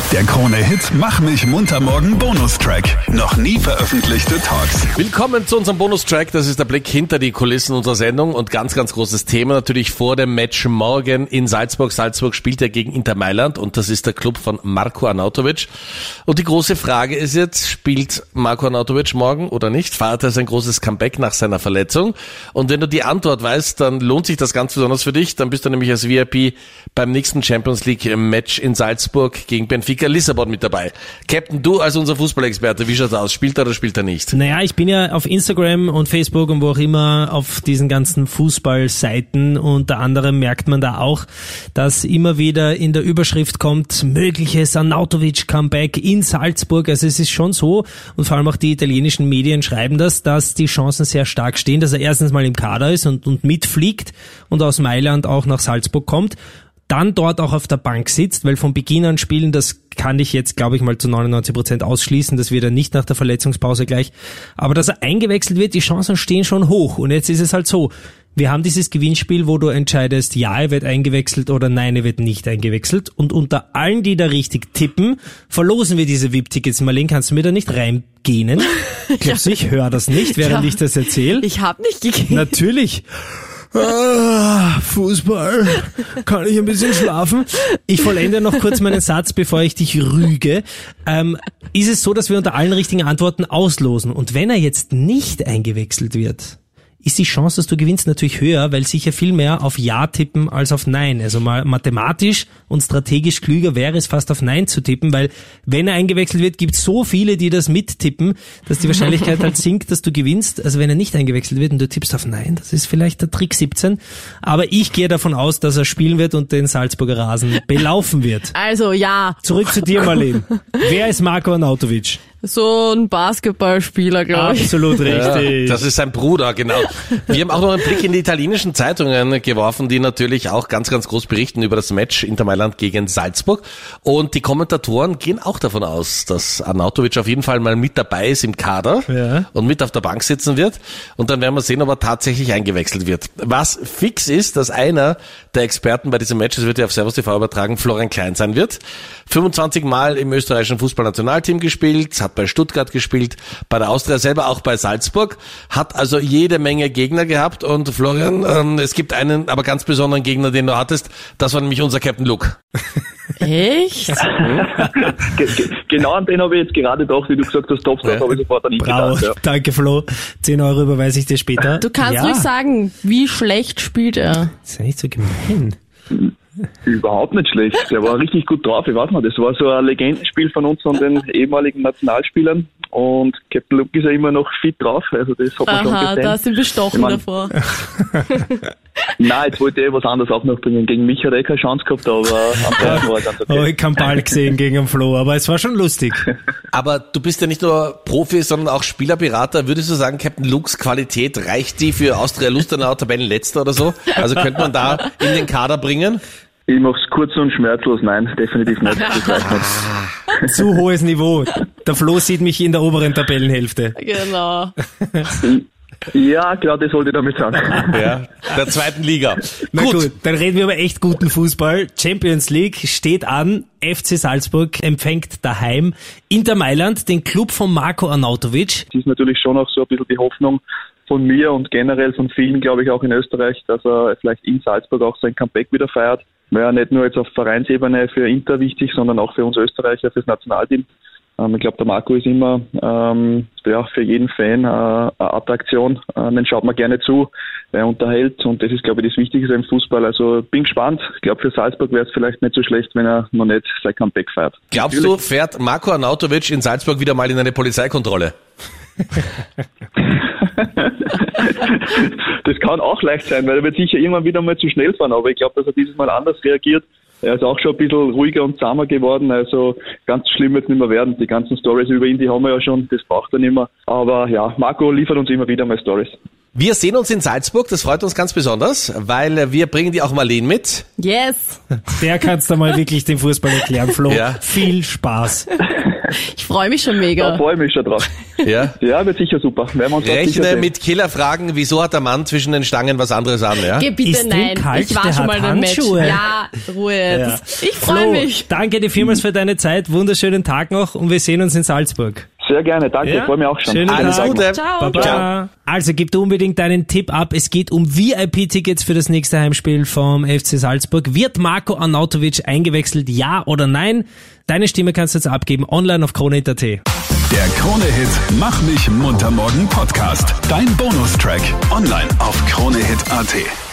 Der Krone-Hit Mach mich munter morgen Bonustrack. Noch nie veröffentlichte Talks. Willkommen zu unserem Bonustrack. Das ist der Blick hinter die Kulissen unserer Sendung und ganz, ganz großes Thema natürlich vor dem Match morgen in Salzburg. Salzburg spielt ja gegen Inter Mailand und das ist der Club von Marko Arnautovic. Und die große Frage ist jetzt, spielt Marko Arnautovic morgen oder nicht? Feiert er sein großes Comeback nach seiner Verletzung? Und wenn du die Antwort weißt, dann lohnt sich das ganz besonders für dich. Dann bist du nämlich als VIP beim nächsten Champions League Match in Salzburg gegen Benfica Lissabon mit dabei. Captain, du als unser Fußballexperte, wie schaut's aus? Spielt er oder spielt er nicht? Naja, ich bin ja auf Instagram und Facebook und wo auch immer auf diesen ganzen Fußballseiten. Unter anderem merkt man da auch, dass immer wieder in der Überschrift kommt, mögliches Arnautovic-Comeback in Salzburg. Also es ist schon so, und vor allem auch die italienischen Medien schreiben das, dass die Chancen sehr stark stehen, dass er erstens mal im Kader ist und mitfliegt und aus Mailand auch nach Salzburg kommt. Dann dort auch auf der Bank sitzt, weil von Beginn an spielen, das kann ich jetzt, glaube ich mal, zu 99% ausschließen, das wird er nicht nach der Verletzungspause gleich. Aber dass er eingewechselt wird, die Chancen stehen schon hoch. Und jetzt ist es halt so, wir haben dieses Gewinnspiel, wo du entscheidest, ja, er wird eingewechselt oder nein, er wird nicht eingewechselt. Und unter allen, die da richtig tippen, verlosen wir diese VIP-Tickets. Marlene, kannst du mir da nicht reingehen? Glaubst du, ich höre das nicht, während ich das erzähle? Ich habe nicht gegeben. Natürlich. Fußball, kann ich ein bisschen schlafen? Ich vollende noch kurz meinen Satz, bevor ich dich rüge. Ist es so, dass wir unter allen richtigen Antworten auslosen? Und wenn er jetzt nicht eingewechselt wird, ist die Chance, dass du gewinnst, natürlich höher, weil sicher viel mehr auf Ja tippen als auf Nein. Also mal mathematisch und strategisch klüger wäre es fast auf Nein zu tippen, weil wenn er eingewechselt wird, gibt es so viele, die das mittippen, dass die Wahrscheinlichkeit halt sinkt, dass du gewinnst. Also wenn er nicht eingewechselt wird und du tippst auf Nein, das ist vielleicht der Trick 17. Aber ich gehe davon aus, dass er spielen wird und den Salzburger Rasen belaufen wird. Also ja. Zurück zu dir, Marlene. Wer ist Marko Arnautovic? So ein Basketballspieler, glaube ich. Absolut richtig. Ja, das ist sein Bruder, genau. Wir haben auch noch einen Blick in die italienischen Zeitungen geworfen, die natürlich auch ganz, ganz groß berichten über das Match Inter Mailand gegen Salzburg. Und die Kommentatoren gehen auch davon aus, dass Arnautovic auf jeden Fall mal mit dabei ist im Kader und mit auf der Bank sitzen wird. Und dann werden wir sehen, ob er tatsächlich eingewechselt wird. Was fix ist, dass einer der Experten bei diesem Match, das wird ja auf Servus TV übertragen, Florian Klein sein wird. 25 Mal im österreichischen Fußballnationalteam gespielt, hat bei Stuttgart gespielt, bei der Austria selber, auch bei Salzburg, hat also jede Menge Gegner gehabt. Und Florian, es gibt einen aber ganz besonderen Gegner, den du hattest, das war nämlich unser Captain Luke. Echt? Genau an den habe ich jetzt gerade gedacht, wie du gesagt hast, Topstar, habe ich sofort an ihn gedacht. Ja. Danke Flo, 10 Euro überweise ich dir später. Du kannst ruhig sagen, wie schlecht spielt er? Das ist ja nicht so gemein. Überhaupt nicht schlecht. Der war richtig gut drauf. Ich weiß nicht, das war so ein Legendenspiel von uns und den ehemaligen Nationalspielern. Und Captain Luke ist ja immer noch fit drauf. Also das hat man schon gesehen. Da sind wir bestochen davor. Nein, jetzt wollte ich was anderes auch noch bringen. Gegen mich hat er keine Chance gehabt, aber am Tag war er ganz okay. Oh, ich kann Ball gesehen gegen den Flo, aber es war schon lustig. Aber du bist ja nicht nur Profi, sondern auch Spielerberater. Würdest du sagen, Captain Lukes Qualität, reicht die für Austria Lustenau Tabellenletzter oder so? Also könnte man da in den Kader bringen? Ich mach's kurz und schmerzlos. Nein, definitiv nicht. Das reicht nicht. Zu hohes Niveau. Der Flo sieht mich in der oberen Tabellenhälfte. Genau. Ja, klar, das wollte ich damit sagen. Ja, der zweiten Liga. Na gut, dann reden wir über echt guten Fußball. Champions League steht an. FC Salzburg empfängt daheim Inter Mailand, den Club von Marko Arnautovic. Das ist natürlich schon auch so ein bisschen die Hoffnung von mir und generell von vielen, glaube ich, auch in Österreich, dass er vielleicht in Salzburg auch sein Comeback wieder feiert. Wäre ja nicht nur jetzt auf Vereinsebene für Inter wichtig, sondern auch für uns Österreicher, fürs Nationalteam. Ich glaube, der Marko ist immer für jeden Fan eine Attraktion. Den schaut man gerne zu, er unterhält und das ist, glaube ich, das Wichtigste im Fußball. Also bin gespannt. Ich glaube, für Salzburg wäre es vielleicht nicht so schlecht, wenn er noch nicht sein Comeback feiert. Glaubst du, fährt Marko Arnautovic in Salzburg wieder mal in eine Polizeikontrolle? Das kann auch leicht sein, weil er wird sicher irgendwann wieder mal zu schnell fahren, aber ich glaube, dass er dieses Mal anders reagiert. Er ist auch schon ein bisschen ruhiger und zahmer geworden, also ganz schlimm wird es nicht mehr werden. Die ganzen Stories über ihn, die haben wir ja schon, das braucht er nicht mehr. Aber ja, Marko liefert uns immer wieder mal Stories. Wir sehen uns in Salzburg, das freut uns ganz besonders, weil wir bringen die auch Marleen mit. Yes. Der kannst du mal wirklich den Fußball erklären, Flo. Ja. Viel Spaß. Ich freue mich schon Da mega. freue ich mich schon drauf. Ja. Ja, wird sicher super. Werden wir uns dort sicher Rechne sehen. mit Killerfragen, wieso hat der Mann zwischen den Stangen was anderes an, ja? Geh bitte, Ist dem nein. kalt? Ich war Der schon hat mal im Match. Handschuhe. Ja, Ruhe jetzt. Ich freue Flo, mich. danke dir vielmals für deine Zeit, wunderschönen Tag noch und wir sehen uns in Salzburg. Sehr gerne, danke, freue mich auch schon. Schönen Alles Tag. Gute. Ciao. Baba. Ciao. Also gib unbedingt deinen Tipp ab. Es geht um VIP-Tickets für das nächste Heimspiel vom FC Salzburg. Wird Marko Arnautovic eingewechselt, ja oder nein? Deine Stimme kannst du jetzt abgeben, online auf KroneHit.at. Der Krone-Hit Mach mich munter morgen Podcast. Dein Bonustrack online auf KroneHit.at.